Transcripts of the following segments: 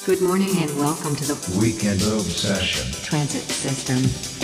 Good morning and welcome to the Weekend Obsession Transit System.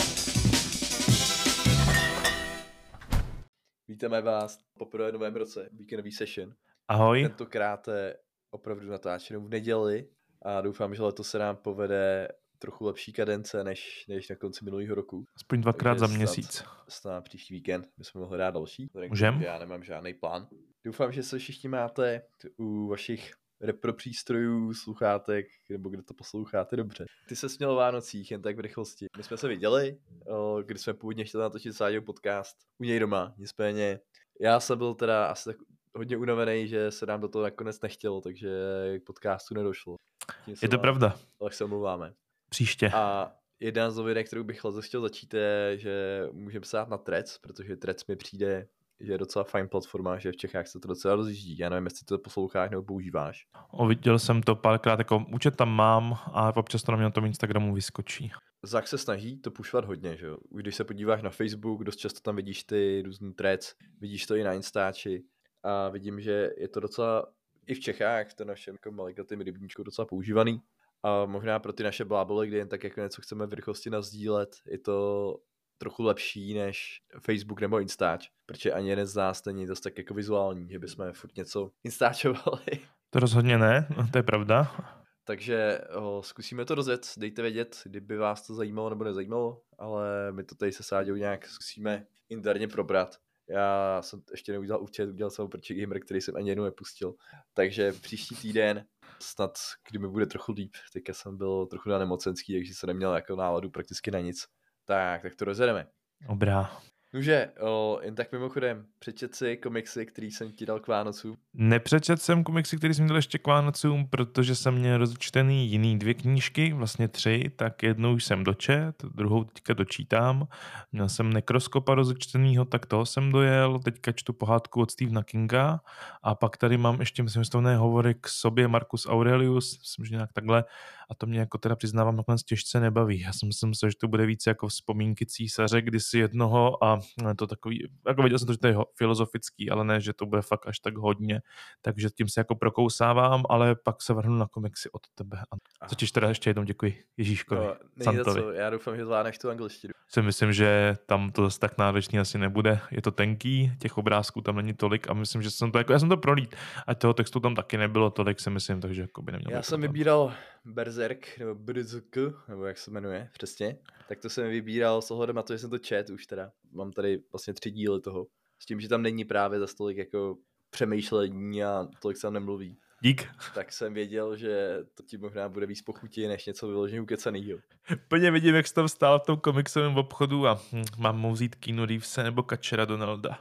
Vítáme vás poprvé v novém roce, víkendový session. Ahoj. Tentokrát je opravdu natáčenou v neděli a doufám, že letos se nám povede trochu lepší kadence než na konci minulého roku. Aspoň dvakrát Takže za měsíc. Snad příští víkend bychom mohli dát další. Můžem? Já nemám žádný plán. Doufám, že se všichni máte u vašich repro přístrojů, sluchátek, nebo kde to posloucháte dobře. Ty se směl o Vánocích, jen tak v rychlosti. My jsme se viděli, když jsme původně chtěli natočit Sáďou podcast u něj doma. Nicméně já jsem byl teda asi tak hodně unavený, že se nám do toho nakonec nechtělo, takže k podcastu nedošlo. Je to pravda. Tak se omlouváme. Příště. A jedna z novinek, kterou bych chtěl začít, je, že můžeme psát na Threads, protože Threads mi přijde, že je docela fajn platforma, že v Čechách se to docela rozjíždí. Já nevím, jestli to posloucháš nebo používáš. Viděl jsem to párkrát, jako účet tam mám a občas to na mě na tom Instagramu vyskočí. Zach se snaží to pušovat hodně, že jo. Když se podíváš na Facebook, dost často tam vidíš ty různý Threads, vidíš to i na Instači a vidím, že je to docela i v Čechách, v tom našem jako malikatým rybníčku docela používaný. A možná pro ty naše bláboly, kdy jen tak jako něco chceme v rychlosti nazdílet, je to trochu lepší než Facebook nebo Instač, protože ani jeden z nás není dost tak jako vizuální, že bychom furt něco instáčovali. To rozhodně ne, to je pravda. Takže zkusíme to rozjet, dejte vědět, kdyby vás to zajímalo nebo nezajímalo, ale my to tady se Sáďou nějak zkusíme interně probrat. Já jsem ještě neudělal účet, udělal jsem Perček Gamer, který jsem ani jednou nepustil. Takže příští týden, snad kdy mi bude trochu líp, teďka jsem byl trochu na nemocenský, takže jsem neměl jako náladu prakticky na nic. Tak to rozjedeme. Dobrá. Nože, jen tak mimochodem, přečet si komiksy, který jsem ti dal k Vánocům. Nepřečet jsem komiksy, který jsem měl ještě k Vánocům, protože jsem měl rozčtený jiný 2 knížky, vlastně 3, tak jednou jsem dočet, druhou teďka dočítám. Měl jsem Nekroskopa rozčtenýho, tak toho jsem dojel, teďka čtu pohádku od Stephena Kinga a pak tady mám ještě, myslím, stavné hovory k sobě Marcus Aurelius, myslím, že nějak takhle, a to mě jako teda přiznávám nakonec těžce nebaví. Já jsem si myslel, že to bude více jako vzpomínky císaře kdysi jednoho a to takový, jako věděl jsem to, že to je filozofický, ale ne, že to bude fakt až tak hodně, takže tím se jako prokousávám, ale pak se vrhnu na komiksy od tebe. Co ti teda ještě jednou děkuji Ježíškovi, Santovi. Co, já doufám, že zvládneš tu angličtinu. Si myslím, že tam to zase tak náročný asi nebude, je to tenký, těch obrázků tam není tolik a myslím, že jsem to, jako já jsem to prolít, a toho textu tam taky nebylo tolik, si myslím, takže jako by neměl. Já jsem vybíral Berserk, nebo Berserk, nebo jak se jmenuje přesně, tak to jsem vybíral s ohledem na to, že jsem to čet už teda. Mám tady vlastně 3 díly toho. S tím, že tam není právě za tolik jako přemýšlení a tolik se tam nemluví. Dík. Tak jsem věděl, že to ti možná bude víc pochutí, než něco vyloženě ukecanýho. Plně vidím, jak jsi tam stál v tom komiksovém obchodu a mám mu vzít Keanu Reevese nebo Kačera Donalda.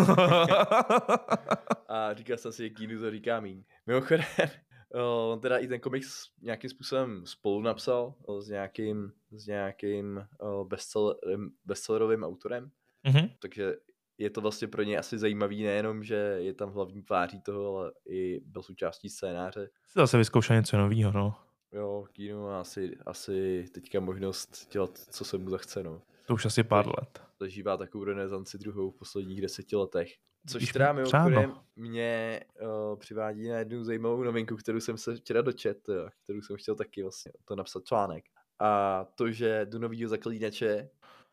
A říkal jsem si, že Keanu to říká míň. Mimochodem, on teda i ten komiks nějakým způsobem spolu napsal s nějakým bestsellerovým autorem. Mm-hmm. Takže je to vlastně pro ně asi zajímavý, nejenom, že je tam hlavní tváří toho, ale i byl součástí scénáře. Jsi zase vyzkoušel něco novýho, no. Jo, Keanu má asi teďka možnost dělat, co se mu zachce, no. To už asi pár let. Zažívá takovou renesanci druhou v posledních 10 letech. Což Když teda mimochodem přáno. mě přivádí na jednu zajímavou novinku, kterou jsem se včera dočet, kterou jsem chtěl taky vlastně to napsat článek. A to, že do novýho Zaklínače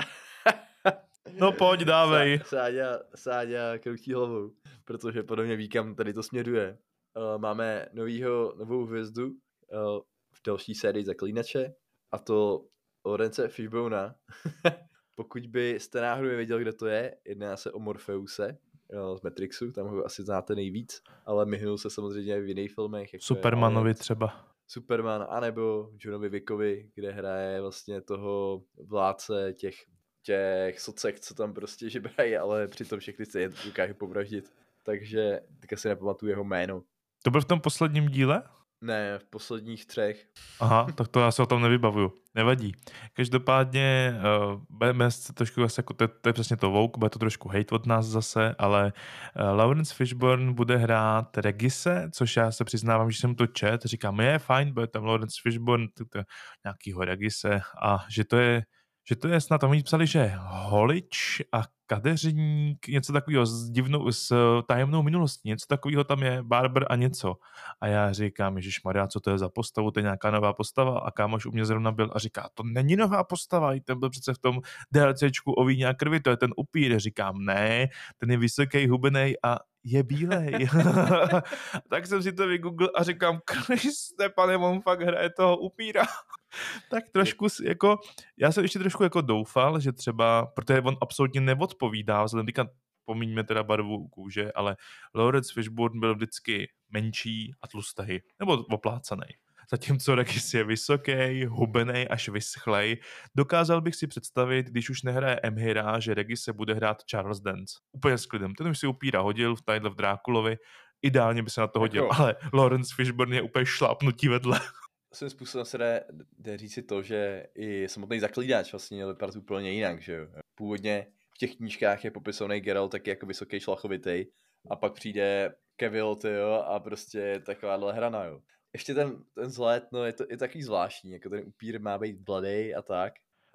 No pojď, dávej. Sáďa kroutí hlavou, protože podobně ví, kam tady to směruje. Máme novou hvězdu v další sérii Zaklínače, a to Laurence Fishbona. Pokud byste náhodou nevěděl, kde to je, jedná se o Morpheuse z Matrixu, tam ho asi znáte nejvíc, ale myhnul se samozřejmě v jiných filmech. Jako Supermanovi třeba. Superman, anebo Johnovi Wickovi, kde hraje vlastně toho vládce těch socek, co tam prostě žebrají, ale přitom všechny se jen dokáže povraždit. Takže teďka si nepamatuju jeho jméno. To byl v tom posledním díle? Ne, v posledních 3. Aha, tak to já se o tom nevybavuju. Nevadí. Každopádně budeme se trošku zase, jako to je přesně to woke, bude to trošku hate od nás zase, ale Laurence Fishburne bude hrát Regise, což já se přiznávám, že jsem to čet, říkám, je fajn, bude tam Laurence Fishburne, nějakýho Regise a že to je snad, tam oni psali, že Holič a kadeřník, něco takového s tajemnou minulostí, něco takového tam je, barber a něco. A já říkám, ježišmarja, co to je za postavu, to je nějaká nová postava a kámoš u mě zrovna byl a říká, to není nová postava, ten byl přece v tom DLCčku o víně a krvi, to je ten upír. Říkám, ne, ten je vysoký, hubenej a je bílej. Tak jsem si to vygooglil a říkám, Kriste, pane, on fakt hraje toho upíra. Tak trošku jako, já jsem ještě trošku jako doufal, že třeba, protože on absolutně neodpovídá, vzhledem teďka pomíňme teda barvu kůže, ale Lawrence Fishburne byl vždycky menší a tlustý, nebo oplácaný. Zatímco Regis je vysoký, hubený až vyschlej. Dokázal bych si představit, když už nehraje Emhira, že Regis se bude hrát Charles Dance. Úplně s klidem. Ten už si upíra hodil v tadyhle v Drákulovi. Ideálně by se na to hodil, Jako- ale Lawrence Fishburne je úplně šlápnutí vedle. Svým způsobem se jde říct si to, že i samotný zaklínač vlastně vypadá úplně jinak, že jo. Původně v těch knížkách je popisovaný Geralt taky jako vysoký šlachovitý a pak přijde Cavill, tyjo, a prostě takováhle hrana, jo. Ještě ten vzhled, no je takový zvláštní, jako ten upír má být bladej a tak.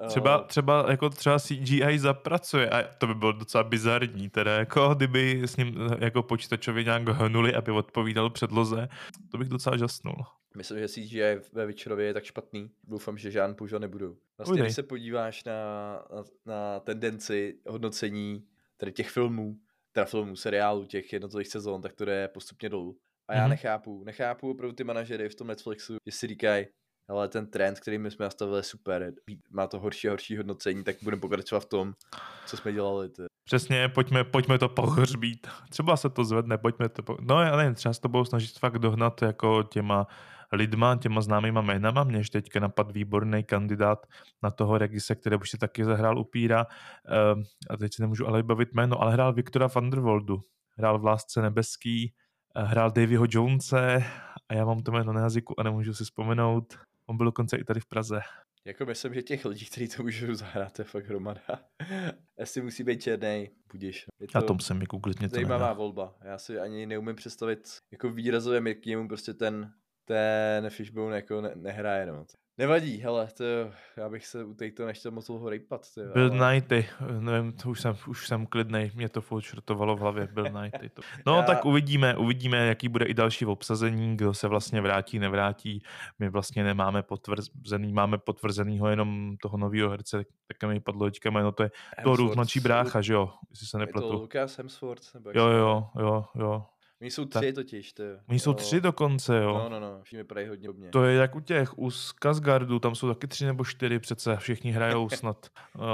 Třeba CGI zapracuje a to by bylo docela bizarní, teda jako kdyby s ním jako počítačově nějak hnuli, aby odpovídal předloze, to bych docela žasnul. Myslím, že CGI ve Witcherově je tak špatný. Doufám, že žádný používat nebudu. Vlastně, Ujdej. když se podíváš na tendenci hodnocení tady těch filmů, seriálů, těch jednotlivých sezon, tak to jde postupně dolů. A já nechápu opravdu ty manažery v tom Netflixu, že si říkají, ale ten trend, který my jsme nastavili, je super, má to horší a horší hodnocení, tak budeme pokračovat v tom, co jsme dělali. Přesně, pojďme to pohřbít. Třeba se to zvedne, pojďme to No já nevím, třeba s to budou snažit fakt dohnat jako těma lidma, těma známýma jménama. Mně ještě teďka napadl výborný kandidát na toho Regise, který už si taky zahrál upíra. A teď si nemůžu ale bavit jméno, ale hrál Viktora van der Woldu. Hrál v Lásce nebeský, hrál Davyho Jonese a já mám to jméno na jazyku a nemůžu si vzpomenout. On byl dokonce i tady v Praze. Jako myslím, že těch lidí, kteří to můžou zahrát, je fakt hromada. Asi musí být černej, budiš. A tom jsem mi googlit něco zajímavá volba. Já si ani neumím představit jako výrazově, jak němu prostě ten Fishbone jako nehraje. No. Nevadí, hele, já bych se u této nechtěl moc dlouho rejpat. Bill Knighty, nevím, to už jsem klidnej, mě to furt šrotovalo v hlavě, Bill Knighty. No tak uvidíme, jaký bude i další obsazení, kdo se vlastně vrátí, nevrátí. My vlastně nemáme máme potvrzenýho jenom toho nového herce, také mi padlo teďka jméno, to je Thorův mladší brácha, že jo, jestli se nepletu. Je to Lucas Hemsworth? Nebo Jo. Oni jsou tři totiž, Oni jsou tři dokonce, jo. No, všichni vypadají hodně hodně. To je jak u Skarsgardu, tam jsou taky 3 nebo 4 přece, všichni hrajou snad.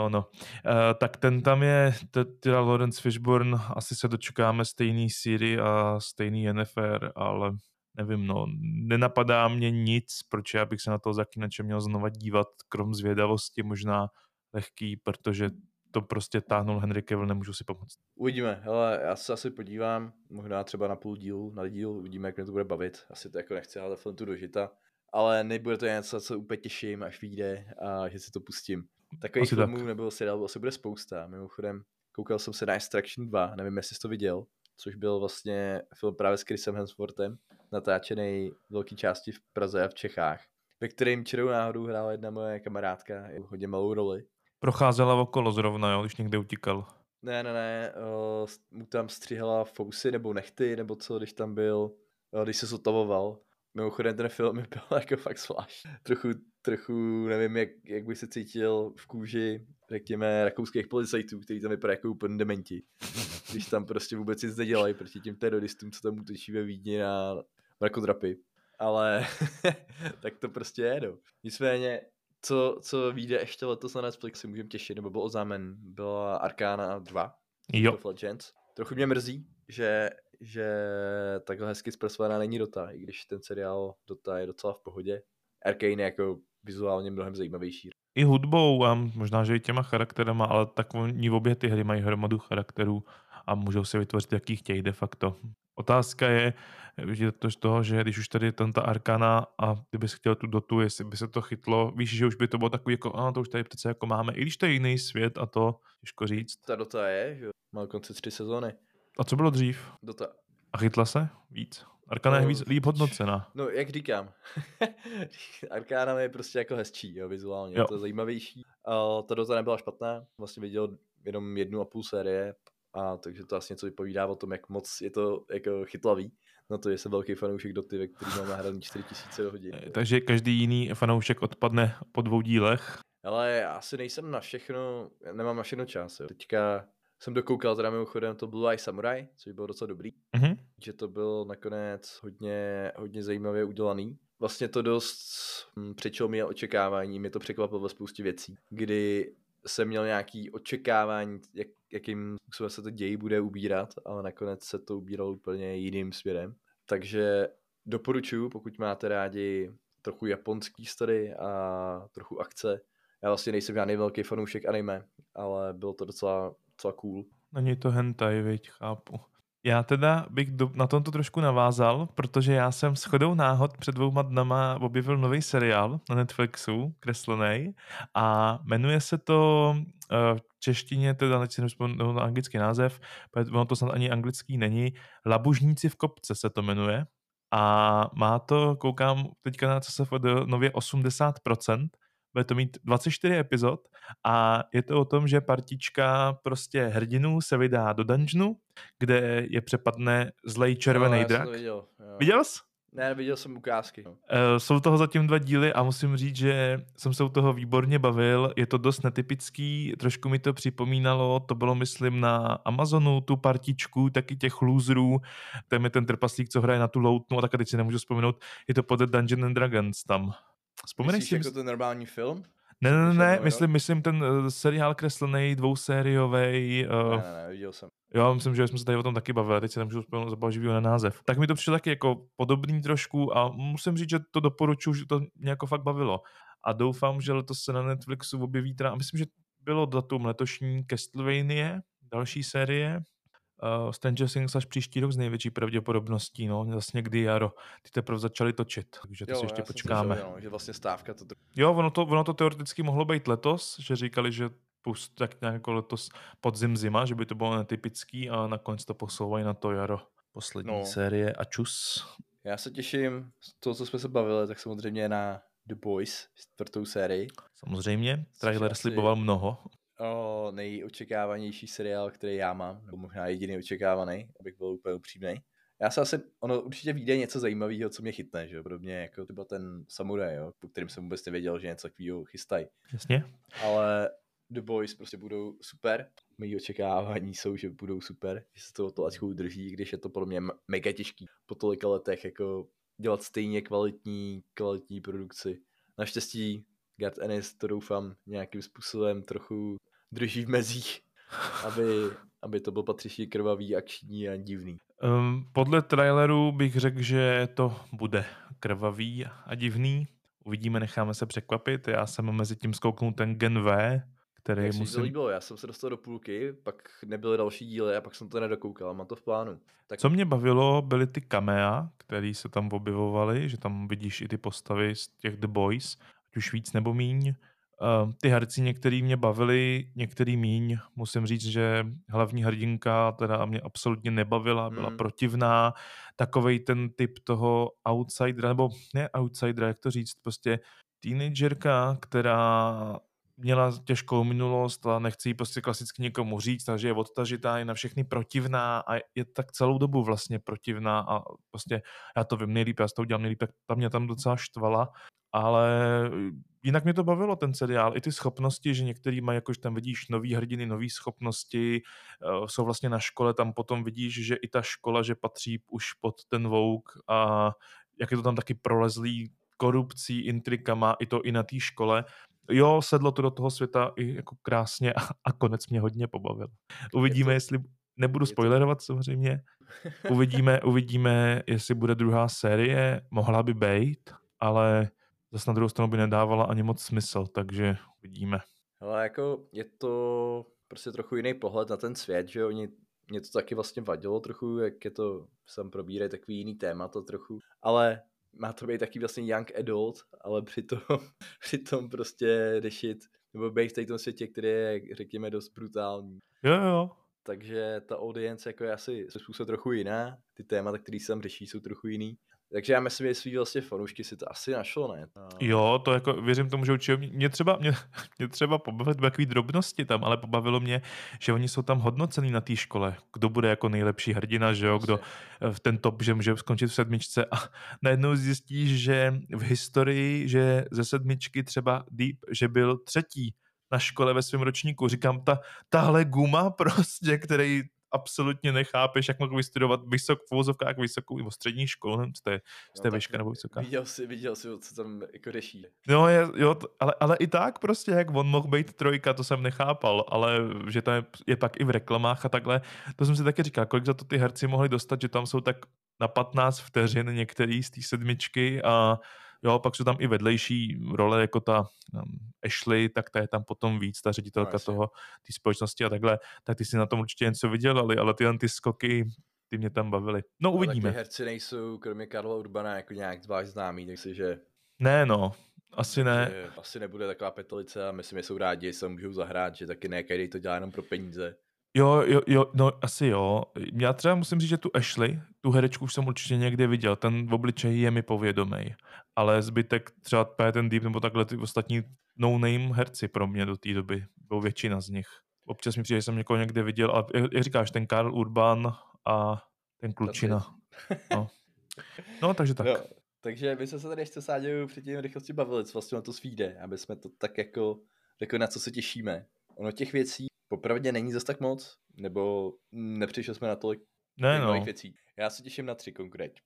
Tak ten tam je, teda Lawrence Fishburne, asi se dočekáme stejný Siri a stejný Yennefer, ale nevím, nenapadá mě nic, proč já bych se na toho zaklínače měl znova dívat, krom zvědavosti možná lehký, protože to prostě táhnul Henry Cavill, nemůžu si pomoct. Uvidíme, hele, já se asi podívám, možná třeba na díl, uvidíme, jak mě to bude bavit. Asi to jako nechci ale film tu dožita, ale nebude to něco, co úplně těším, až vyjde a že si to pustím. Takových filmů nebo seriálů asi bude spousta. Mimochodem, koukal jsem se na Extraction 2, nevím, jestli jsi to viděl, což byl vlastně film právě s Chrisem Hemsworthem, natáčený v velké části v Praze a v Čechách, ve kterém čirou náhodou hrála jedna moje kamarádka, hodně malou roli. Procházela okolo zrovna, jo, když někde utíkal. Ne, mu tam stříhala fousy nebo nechty, nebo co, když tam byl, když se zotavoval. Mimochodem ten film byl jako fakt zvlášť. Trochu nevím, jak bych se cítil v kůži, řekněme, rakouských policajtů, kteří tam vypadají jako úplně dementi. Když tam prostě vůbec nic nedělají proti těm teroristům, co tam útočí ve Vídni na mrakodrapy. Ale tak to prostě je, no. Nicméně, co vyjde ještě letos na Netflixu, můžeme těšit, nebo byl oznámen, byla Arcana 2. Jo. Of Legends. Trochu mě mrzí, že takhle hezky zpracovaná není Dota, i když ten seriál Dota je docela v pohodě. Arcane je jako vizuálně mnohem zajímavější. I hudbou a možná, že i těma charakterama, ale tak oni obě ty hry mají hromadu charakterů a můžou si vytvořit, jaký chtějí de facto. Otázka je, že to z toho, že když už tady je ta Arcana a kdybys chtěl tu Dotu, jestli by se to chytlo, víš, že už by to bylo takový jako, to už tady přece jako máme, i když to je jiný svět a to, těžko říct. Ta Dota je, že má konce 3 sezóny. A co bylo dřív? Dota. A chytla se? Víc. Arcana je líp hodnocená. No, jak říkám, Arcana je prostě jako hezčí, jo, vizuálně, jo. To je zajímavější. Ta Dota nebyla špatná, vlastně jenom 1,5 série, a takže to asi něco vypovídá o tom, jak moc je to jako chytlavý. Na to, že jsem velký fanoušek Doty, ve který mám nahraný 4000 hodin. Takže každý jiný fanoušek odpadne po 2 dílech. Ale já asi nejsem na všechno, nemám na všechno čas. Jo. Teďka jsem dokoukal teda mimochodem to Blue Eye Samurai, což bylo docela dobrý. Že to byl nakonec hodně zajímavě udělaný. Vlastně to dost přečilo mě očekávání, mě to překvapilo ve spoustě věcí, kdy jsem měl nějaký očekávání, jakým způsobem se to děj bude ubírat, ale nakonec se to ubíralo úplně jiným směrem. Takže doporučuji, pokud máte rádi trochu japonský story a trochu akce. Já vlastně nejsem žádný velký fanoušek anime, ale bylo to docela cool. Není to hentai, viď, chápu. Já teda bych na tomto trošku navázal, protože já jsem shodou náhod před 2 dnama objevil nový seriál na Netflixu, kreslený, a jmenuje se to v češtině, teda teď si nevzpomenu na anglický název, ono to snad ani anglický není, Labužníci v kopce se to jmenuje, a má to, koukám teďka na CSFD, nově 80%, bude to mít 24 epizod a je to o tom, že partička prostě hrdinů se vydá do dungeonu, kde je přepadne zlej červený drak. Viděl jsi? Ne, viděl jsem ukázky. Jsou toho zatím 2 díly a musím říct, že jsem se u toho výborně bavil. Je to dost netypický, trošku mi to připomínalo, to bylo myslím na Amazonu, tu partičku, taky těch loserů, tam je ten trpaslík, co hraje na tu loutnu, a tak teď si nemůžu vzpomenout, je to podle Dungeons and Dragons tam. Vzpomeneš si jako ten normální film? Ne, myslím ten seriál kreslený, 2sériový. Ne, viděl jsem. Jo, myslím, že jsme se tady o tom taky bavili, teď se nemůžu vzpomenout zabavit na název. Tak mi to přišlo taky jako podobný trošku a musím říct, že to doporučuji, že to mě jako fakt bavilo. A doufám, že letos se na Netflixu objeví teda, a myslím, že bylo datum letošní Castlevania, další série, Stranger Things až příští rok s největší pravděpodobností, no, zase někdy jaro. Ty teprve začali točit, takže to si ještě počkáme. Že vlastně stávka to... Jo, ono to teoreticky mohlo být letos, že říkali, že tak nějak jako letos podzim zima, že by to bylo netypický, a nakonec to posouvají na to jaro. Poslední série a čus. Já se těším z toho, co jsme se bavili, tak samozřejmě na The Boys, 4. sérii. Samozřejmě, trailer sliboval mnoho. Nejočekávanější seriál, který já mám, nebo možná jediný očekávaný, abych byl úplně upřímnej. Ono určitě vyjde něco zajímavého, co mě chytne, že jo, podobně jako třeba ten Samuraj, jo, po kterým jsem vůbec nevěděl, že něco takového chystají. Jasně. Ale The Boys prostě budou super. Moje očekávání jsou, že budou super, že se to laťkou udrží, když je to podle mě mega těžký po tolika letech jako dělat stejně kvalitní produkci. Naštěstí Garth Ennis, to doufám, nějakým způsobem trochu drží v mezích, aby to bylo patřičně krvavý, akční a divný. Podle traileru bych řekl, že to bude krvavý a divný. Uvidíme, necháme se překvapit. Já jsem mezi tím zkouknul ten Gen V, který jak musím... líbilo, já jsem se dostal do půlky, pak nebyly další díly a pak jsem to nedokoukal, mám to v plánu. Tak... Co mě bavilo, byly ty kamea, které se tam objevovaly, že tam vidíš i ty postavy z těch The Boys, ať už víc nebo míň. Ty herci některý mě bavili, některý míň. Musím říct, že hlavní hrdinka teda mě absolutně nebavila, byla protivná. Takovej ten typ toho outsidera, nebo ne outsidera, jak to říct, prostě teenagerka, která měla těžkou minulost a nechci jí prostě klasicky někomu říct, takže je odtažitá, je na všechny protivná a je tak celou dobu vlastně protivná a prostě já to vím nejlíp, já s to udělám nejlíp, tak ta mě tam docela štvala, ale jinak mě to bavilo ten seriál, i ty schopnosti, že některý mají, jakož tam vidíš nový hrdiny, nový schopnosti, jsou vlastně na škole, tam potom vidíš, že i ta škola, že patří už pod ten Vogue a jak je to tam taky prolezlý korupcí, intrikama, i to i na té škole. Jo, sedlo to do toho světa i jako krásně a konec mě hodně pobavil. Uvidíme, jestli, nebudu spoilerovat samozřejmě, uvidíme, jestli bude druhá série, mohla by být, ale zase na druhou stranu by nedávala ani moc smysl, takže uvidíme. Ale jako je to prostě trochu jiný pohled na ten svět, že mě to taky vlastně vadilo trochu, jak je to, sam probírají takový jiný témata trochu, ale má to být taky vlastně young adult, ale přitom prostě řešit, nebo být v tom světě, který je, řekněme, dost brutální. Jo. Takže ta audience jako je asi způsob trochu jiná, ty témata, které se tam řeší, jsou trochu jiný. Takže já myslím, že svý vlastně fanoušky si to asi našlo, ne? Jo, to jako věřím tomu, že určitě mě třeba pobavit takový drobnosti tam, ale pobavilo mě, že oni jsou tam hodnocený na té škole. Kdo bude jako nejlepší hrdina, že jo, kdo v ten top, že může skončit v 7. a najednou zjistíš, že v historii, že ze 7 třeba Deep, že byl 3. na škole ve svém ročníku. Říkám, tahle guma prostě, který absolutně nechápeš, jak mohl vystudovat v uvozovkách vysokou nebo střední školu, nevím, co to je výška nebo vysoká. Viděl jsi, co tam jako řeší. No, ale i tak prostě, jak on mohl být 3, to jsem nechápal, ale že to je pak i v reklamách a takhle, to jsem si taky říkal, kolik za to ty herci mohli dostat, že tam jsou tak na 15 vteřin některý z té 7 a jo, pak jsou tam i vedlejší role, jako ta Ashley, tak ta je tam potom víc, ta ředitelka té společnosti a takhle, tak ty si na tom určitě něco vydělali, ale ty skoky, ty mě tam bavily. No, uvidíme. Tak ty herci nejsou, kromě Karla Urbana, jako nějak zvlášť známý, takže že... Ne, no, asi ne. Asi nebude taková petelice a myslím, že jsou rádi, že se můžou zahrát, že taky ne každý to dělá jenom pro peníze. Jo, no asi jo. Já třeba musím říct, že tu Ashley, tu herečku už jsem určitě někde viděl, ten v obličeji je mi povědomej, ale zbytek třeba ten Deep nebo takhle ty ostatní no-name herci pro mě do té doby, byl většina z nich. Občas mi přijde, že jsem někoho někde viděl a jak říkáš, ten Karl Urban a ten klučina. No, takže tak. No, takže my jsme se tady ještě Sáďou předtím rychlosti bavili, co vlastně na to svíde, aby jsme to tak jako řekli, na co se těšíme. Ono těch věcí popravdě není zas tak moc, nebo nepřišli jsme na tolik nových věcí. Já se těším na 3 konkrétně.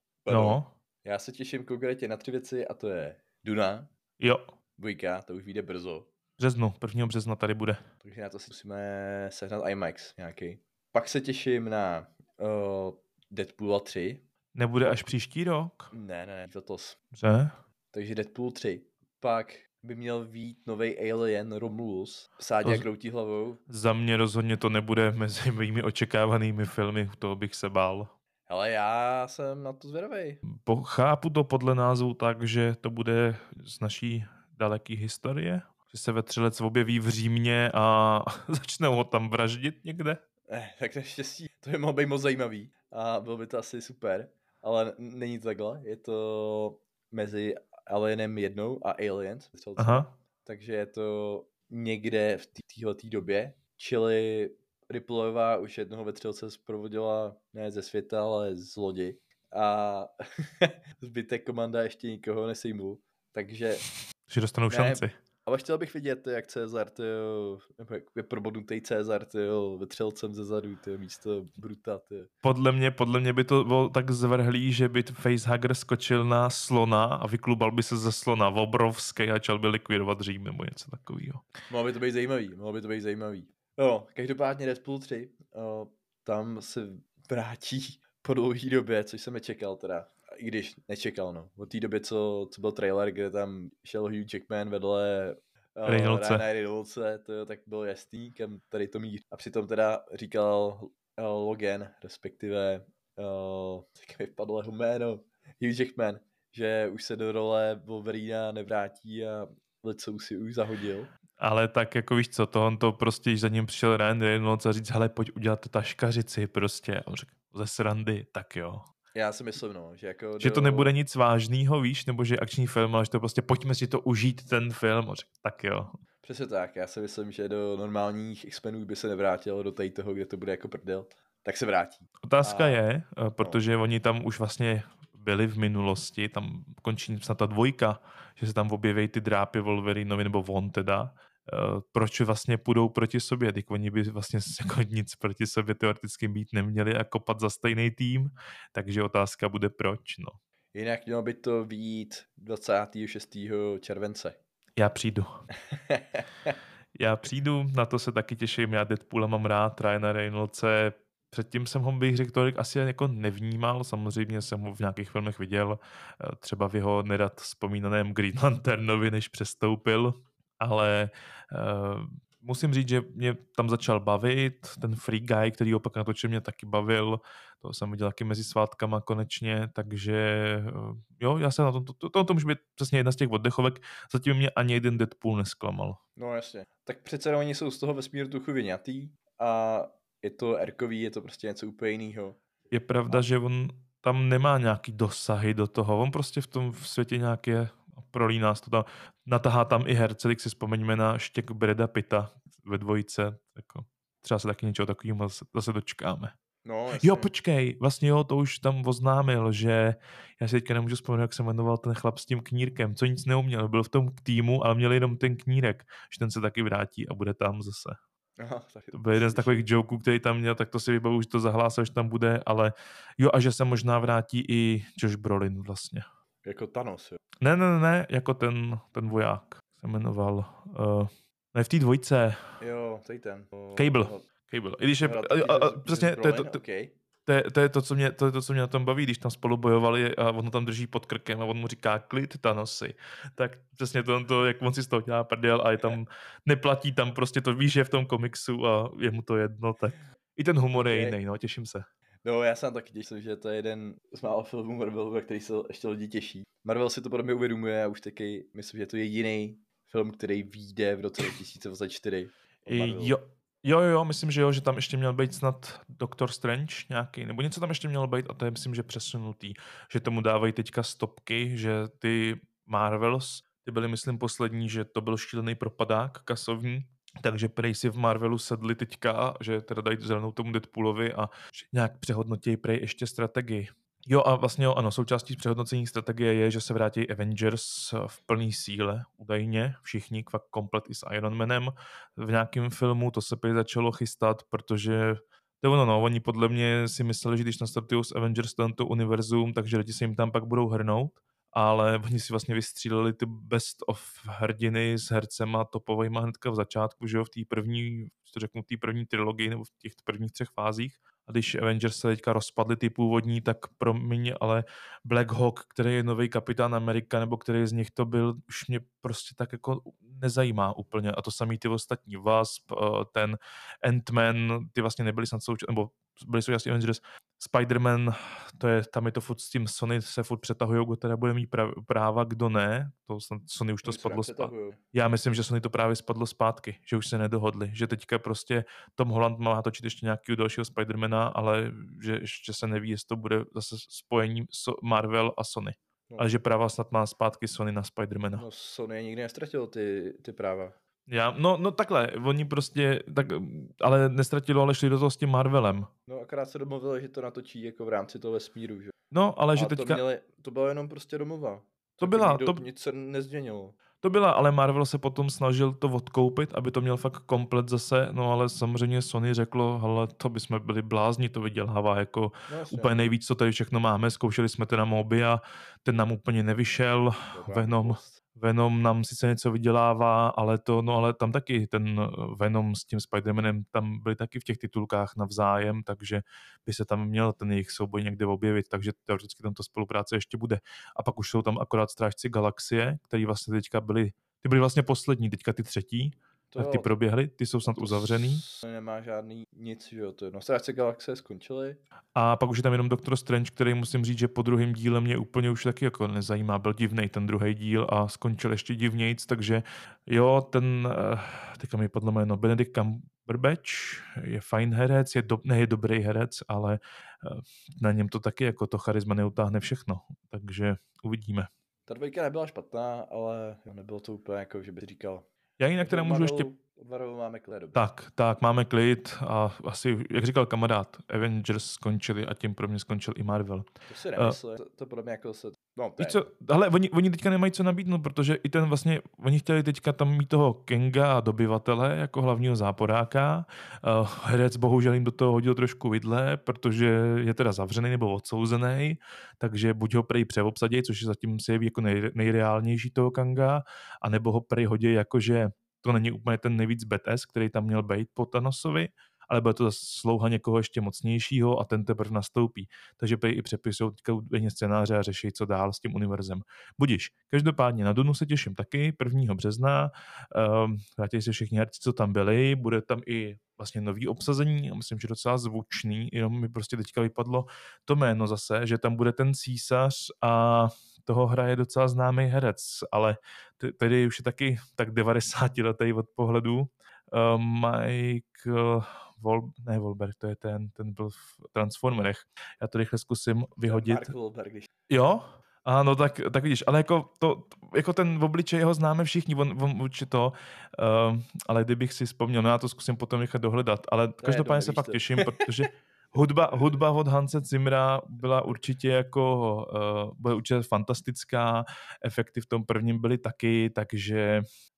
Já se těším konkrétně na 3 věci a to je Duna. Jo. 2, to už vyjde brzo. Březnu, 1. března tady bude. Takže na to si musíme sehnat IMAX nějaký. Pak se těším na Deadpoola 3. Nebude až příští rok? Ne, letos. Dobře. Takže Deadpool 3. Pak by měl vít novej Alien Romulus. Sáďa kroutí hlavou. Za mě rozhodně to nebude mezi mými očekávanými filmy, toho bych se bál. Hele, já jsem na to zvědavej. Chápu to podle názvu tak, že to bude z naší daleké historie? Že se vetřelec objeví v Římě a začnou ho tam vraždit někde? Tak naštěstí, to by mohlo být moc zajímavý a bylo by to asi super, ale není to takhle, je to mezi Alienem 1 a Aliens. Aha. Takže je to někde v téhletý době, čili Ripleyová už jednoho vetřelce zprovodila ne ze světa, ale z lodi a zbytek komanda ještě nikoho nesejmul, takže... Že dostanou šanci. Ale chtěl bych vidět, jak Cezar, nebo jak je probodnutý Cezar, vetřelcem ze zadu, místo Bruta. Podle mě by to bylo tak zvrhlý, že by facehugger skočil na slona a vyklubal by se ze slona obrovský a začal by likvidovat Řím nebo něco takového. Mohlo by to být zajímavý. No, každopádně Deadpool 3, tam se vrátí po dlouhé době, což jsem nečekal teda. I když nečekal, no. Od té doby, co byl trailer, kde tam šel Hugh Jackman vedle Reynoldse, to tak bylo jasný, kam tady to míří. A přitom teda říkal Logan, respektive tak mi vpadlo jeho jméno, Hugh Jackman, že už se do role Wolverina nevrátí a lecou si už zahodil. Ale tak jako víš co, on to prostě, když za ním přišel Ryan Reynolds a říct, hele, pojď udělat to taškařici prostě. A on řekl, ze srandy, tak jo. Já si myslím, no, že jako... Že to nebude nic vážného, víš, nebo že akční film, ale že to prostě pojďme si to užít, ten film. A řekl, tak jo. Přesně tak, já si myslím, že do normálních X-Menů by se nevrátilo do toho, kde to bude jako prdel, tak se vrátí. Otázka je, protože oni tam už vlastně byli v minulosti, tam končí snad ta 2, že se tam objeví ty drápy Wolverinovi, nebo on teda, proč vlastně půjdou proti sobě, teď oni by vlastně jako nic proti sobě teoreticky být neměli a kopat za stejný tým, takže otázka bude proč, no. Jinak mělo by to vyjít 26. července. Já přijdu, na to se taky těším, já Deadpoola mám rád, Ryana Reynoldse, předtím jsem ho, bych řekl, tolik asi jako nevnímal, samozřejmě jsem ho v nějakých filmech viděl, třeba v jeho nerad vzpomínaném Green Lanternovi, než přestoupil, ale musím říct, že mě tam začal bavit, ten Free Guy, který ho pak natočil, mě taky bavil, to jsem viděl taky mezi svátkama konečně, takže jo, já se na to může být přesně jedna z těch oddechovek, zatím mě ani jeden Deadpool nesklamal. No jasně, tak přece oni jsou z toho vesmíru trochu vyňatý a je to erkový, je to prostě něco úplně jinýho. Je pravda, že on tam nemá nějaký dosahy do toho. On prostě v tom světě nějak je, prolíná to tam, natahá tam i herce, když si vzpomeňme na štěk Brada Pitta ve dvojice, jako třeba se taky něčeho takového zase dočkáme. No, jasně. Jo, počkej, vlastně jo, to už tam oznámil, že já si teďka nemůžu vzpomenout, jak se jmenoval ten chlap s tím knírkem, co nic neuměl, byl v tom týmu, ale měl jenom ten knírek, že ten se taky vrátí a bude tam zase. Aha, tak To byl jeden z takových joků, který tam měl, tak to si vybavu, že to zahlásil, že tam bude, ale jo, a že se možná vrátí i Josh Brolin vlastně. Jako Thanos, jo. Ne, jako ten voják se jmenoval, ne v té dvojce, Jo, tady ten. Cable. I když je, přesně, to je to, co mě na tom baví, když tam spolu bojovali a on tam drží pod krkem a on mu říká klid Thanosy. Tak přesně to, jak on si z toho dělá prdel a je tam, neplatí tam prostě to, víš, že je v tom komiksu a je mu to jedno, tak i ten humor je jiný, no, těším se. No, já jsem taky těším, že to je jeden z mála filmů Marvelu, ve který se ještě lidi těší. Marvel si to podle mě uvědomuje a už taky myslím, že to je jediný film, který vyjde v roce 2024. Jo, myslím, že jo, že tam ještě měl být snad Doctor Strange nějaký, nebo něco tam ještě mělo být a to je myslím, že přesunutý, že tomu dávají teďka stopky, že ty Marvels, ty byly myslím poslední, že to byl šílený propadák kasovní, takže prej si v Marvelu sedli teďka, že teda dají zelenou tomu Deadpoolovi a nějak přehodnotí prej ještě strategii. Jo a vlastně jo, ano, součástí přehodnocení strategie je, že se vrátí Avengers v plný síle, údajně, všichni fakt komplet i s Iron Manem v nějakém filmu, to se prý začalo chystat, protože to ono, no, oni podle mě si mysleli, že když nastartují s Avengers tento univerzum, takže lidi se jim tam pak budou hrnout, ale oni si vlastně vystříleli ty best of hrdiny s hercema topovejma hnedka v začátku, že jo, v té první, to řeknu, v té první trilogii nebo v těch prvních 3 fázích. A když Avengers se teďka rozpadly ty původní, tak promiň, ale Black Hawk, který je nový kapitán Amerika, nebo který z nich to byl, už mě prostě tak jako nezajímá úplně. A to samý ty ostatní Wasp, ten Ant-Man, ty vlastně nebyli snad součástí, nebo byli součástí Avengers. Spider-Man, tam je to furt s tím Sony se furt přetahujou, kdo teda bude mít práva, kdo ne. To Sony už to spadlo zpátky. Já myslím, že Sony to právě spadlo zpátky, že už se nedohodli, že teďka prostě Tom Holland má točit ještě nějakého dalšího Spidermana, ale že ještě se neví, jestli to bude zase spojení Marvel a Sony. No. Ale že práva snad má zpátky Sony na Spidermana. No Sony nikdy nestratil ty práva. No takhle, oni prostě, tak, ale nestratilo, ale šli do toho s tím Marvelem. No akorát se domluvili, že to natočí jako v rámci toho vesmíru, že? No, ale že teďka... To byla jenom prostě domluva. Nic se nezměnilo. To byla, ale Marvel se potom snažil to odkoupit, aby to měl fakt komplet zase, no ale samozřejmě Sony řeklo, hele, to bychom byli blázni, to vydělává jako úplně nejvíc, co tady všechno máme, zkoušeli jsme teda Moby a ten nám úplně nevyšel, Venom nám sice něco vydělává, ale tam taky ten Venom s tím Spider-Manem tam byly taky v těch titulkách navzájem, takže by se tam měl ten jejich souboj někde objevit, takže teoreticky tam ta spolupráce ještě bude. A pak už jsou tam akorát Strážci galaxie, který vlastně teďka byli vlastně poslední, teďka ty třetí, tak ty proběhly, ty jsou snad uzavřený. Nemá žádný nic, že jo, Strážci galaxie skončily. A pak už je tam jenom Doctor Strange, který musím říct, že po druhém díle mě úplně už taky jako nezajímá, byl divnej ten druhý díl a skončil ještě divnějc, takže jo, teďka mi padlo jméno Benedict Cumberbatch, je fajn herec, je dobrý herec, ale na něm to taky jako to charisma neutáhne všechno, takže uvidíme. Ta dvojka nebyla špatná, ale nebylo to úplně jako, že bych říkal. Já jinak teda můžu ještě... Od Marvelu máme klid. Tak, máme klid a asi, jak říkal kamarád, Avengers skončili a tím pro mě skončil i Marvel. To si nemyslím, to podle mě jako se... Víš co, hele, oni teďka nemají co nabídnout, protože i ten vlastně, oni chtěli teďka tam mít toho Kanga a dobyvatele jako hlavního záporáka. Herec bohužel jim do toho hodil trošku vidle, protože je teda zavřený nebo odsouzený, takže buď ho prej přeobsadí, což je zatím se jeví jako nejreálnější toho Kanga, anebo ho prej hodí jako, že to není úplně ten nejvíc badass, který tam měl být po Thanosovi, ale bude to slouha někoho ještě mocnějšího a ten teprve nastoupí. Takže i přepisují teďka údajně scénáře a řeší, co dál s tím univerzem. Budiš. Každopádně na Dunu se těším taky, 1. března. Vrátí se všichni herci, co tam byli. Bude tam i vlastně nový obsazení, myslím, že docela zvučný, jenom mi prostě teďka vypadlo to jméno zase, že tam bude ten císař a toho hraje docela známý herec, ale tedy už je taky tak 90 letý od pohledu Michael Wahlberg, to je ten byl v Transformerech. Já to rychle zkusím vyhodit. Mark Wahlberg, když... Jo? Ano, tak vidíš, ale jako ten obličej ho známe všichni, on určitě to, ale kdybych si vzpomněl, no já to zkusím potom nechat dohledat, ale každopádně se fakt těším, protože hudba od Hanse Zimmera byla určitě bude určitě fantastická, efekty v tom prvním byly taky, takže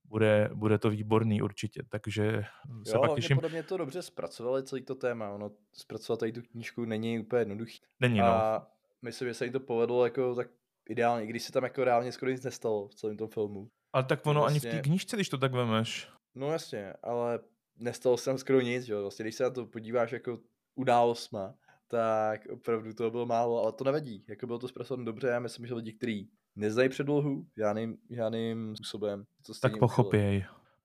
bude to výborný určitě, takže se fakt těším. Podle mě to dobře zpracovali celý to téma, ono zpracovat tady tu knížku není úplně jednoduchý. Není, a myslím, že se jim to povedlo jako tak ideálně, i když se tam jako reálně skoro nic nestalo v celém tom filmu. Ale tak ono vlastně... ani v té knížce, když to tak vemeš. No jasně, ale nestalo se tam skoro nic, že jo, vlastně když se na to podíváš jako událostma, tak opravdu toho bylo málo, ale to nevadí, jako bylo to zpracované dobře, já myslím, že lidi, kteří neznají předlohu žádným způsobem. Tak pochopěj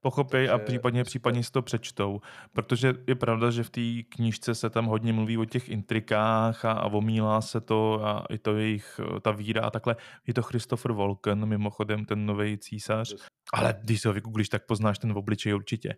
a případně si to přečtou, protože je pravda, že v té knížce se tam hodně mluví o těch intrikách a omílá se to a i to ta víra a takhle. Je to Christopher Walken, mimochodem ten nový císař, ale když se ho vygooglíš, tak poznáš ten obličej určitě.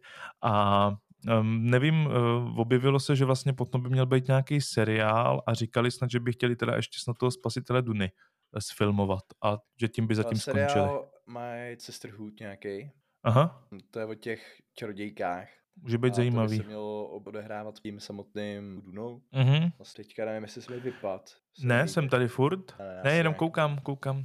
A nevím, objevilo se, že vlastně potom by měl být nějaký seriál a říkali snad, že by chtěli teda ještě snad toho Spasitele Duny sfilmovat a že tím by zatím skončili. Seriál My Sisterhood nějaký. Aha. To je o těch čarodějkách. Může být zajímavý. To by se mělo odehrávat tím samotným Dunou. Vlastně teďka nevím, jestli jsme vypad. Ne, jsem tady furt. Ne, jenom koukám.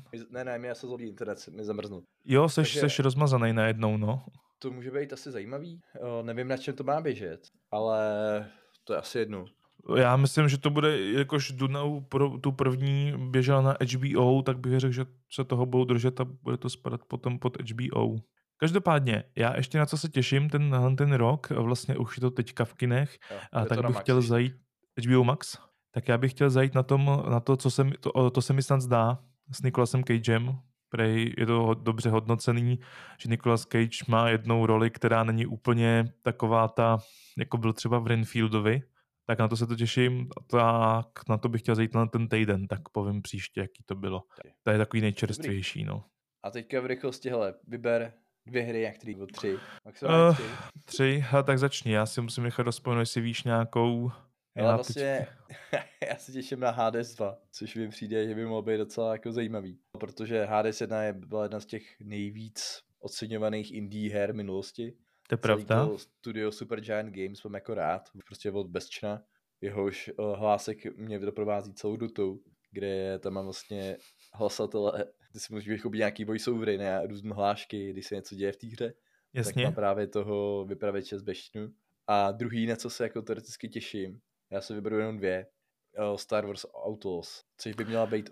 Ne, já se zlobí internet, mi zamrznul. Jo, seš rozmazaný najednou, no. To může být asi zajímavý. Nevím, na čem to má běžet, ale to je asi jedno. Já myslím, že to bude, jakož Dunau tu první běžela na HBO, tak bych řekl, že se toho budou držet a bude to spadat potom pod HBO. Každopádně, já ještě na co se těším ten rok, vlastně už je to teďka v kinech, a tak bych chtěl zajít HBO Max, tak já bych chtěl zajít na to, co se mi snad zdá s Nicolasem Cagem. Prej je to dobře hodnocený, že Nicolas Cage má jednou roli, která není úplně taková jako byl třeba v Renfieldovi, tak na to se to těším, tak na to bych chtěl zajít na ten týden, tak povím příště, jaký to bylo. To je takový nejčerstvější, no. A teďka v rychlosti, vyber 2 hry, jak 3 nebo 3. Maximálně 3, tak začni, já si musím nechat rozpomenout, jestli víš nějakou... Ale vlastně, já se těším na Hades 2, což mi přijde, že by mohlo být docela jako zajímavý. Protože Hades 1 byla jedna z těch nejvíc oceňovaných indie her minulosti. To je pravda. To studio Supergiant Games mám jako rád, prostě od Bestčna. Jehož hlásek mě doprovází celou dotou, kde tam mám vlastně hlasatele, ty si můžeš vychopit nějaký voiceovery, ne různé hlášky, když se něco děje v té hře. Jasně. Tak mám právě toho vypravěče z Bestčnu. A druhý, na co se jako teoreticky těším, já se vyberu jenom 2. Star Wars Outlaws, což by měla být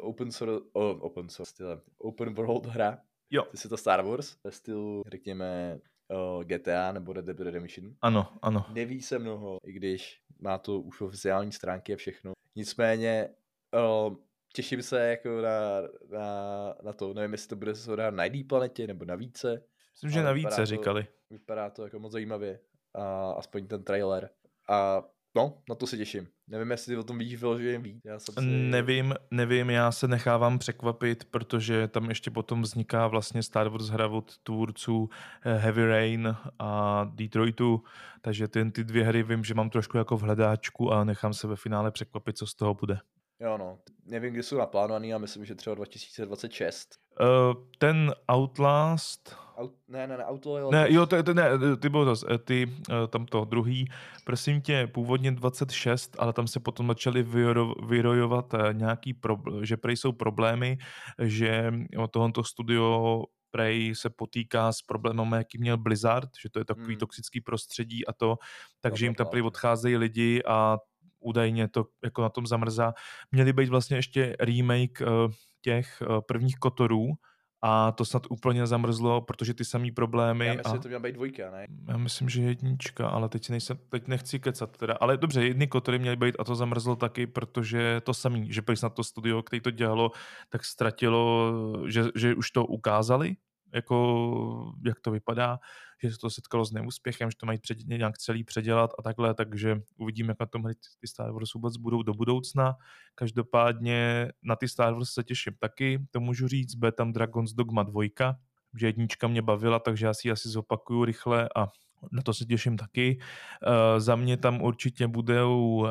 open world hra. Jo. Ty si to Star Wars ve stylu, řekněme, GTA nebo Red Dead Redemption. Ano. Neví se mnoho, i když má to už oficiální stránky a všechno. Nicméně těším se jako na to. Nevím, jestli to bude se hrát na jedné planetě nebo na více. Myslím, že na více říkali. Vypadá to jako moc zajímavě. A aspoň ten trailer. A no, na to se těším. Nevím, jestli o tom víš vyloženě víc. Nevím, já se nechávám překvapit, protože tam ještě potom vzniká vlastně Star Wars hra od tvůrců Heavy Rain a Detroitu, takže ty 2 hry vím, že mám trošku jako v hledáčku a nechám se ve finále překvapit, co z toho bude. Jo no, nevím, kdy jsou naplánovaný, a myslím, že třeba 2026. Ten Outlast... Outlaw ne, jo, ty bylo tamto druhý, prosím tě, původně 26, ale tam se potom začaly vyrojovat nějaký že prej jsou problémy, že tohoto studio prej se potýká s problémem, jaký měl Blizzard, že to je takový toxický prostředí a to, takže jim tam prej odcházejí lidi a údajně to jako na tom zamrzá. Měly být vlastně ještě remake těch prvních Kotorů a to snad úplně zamrzlo, protože ty samý problémy. Já myslím, že to měla být 2, ne? Já myslím, že 1, ale teď nechci kecat teda. Ale dobře, 1 Kotory měly být a to zamrzlo taky, protože to samý, že snad to studio, který to dělalo, tak ztratilo, že už to ukázali, jako jak to vypadá, že se to setkalo s neúspěchem, že to mají nějak celý předělat a takhle, takže uvidíme, jak na tom ty Star Wars vůbec budou do budoucna. Každopádně na ty Star Wars se těším taky, to můžu říct, bude tam Dragon's Dogma 2, že 1 mě bavila, takže já si ji asi zopakuju rychle a Na to se těším taky. Za mě tam určitě budou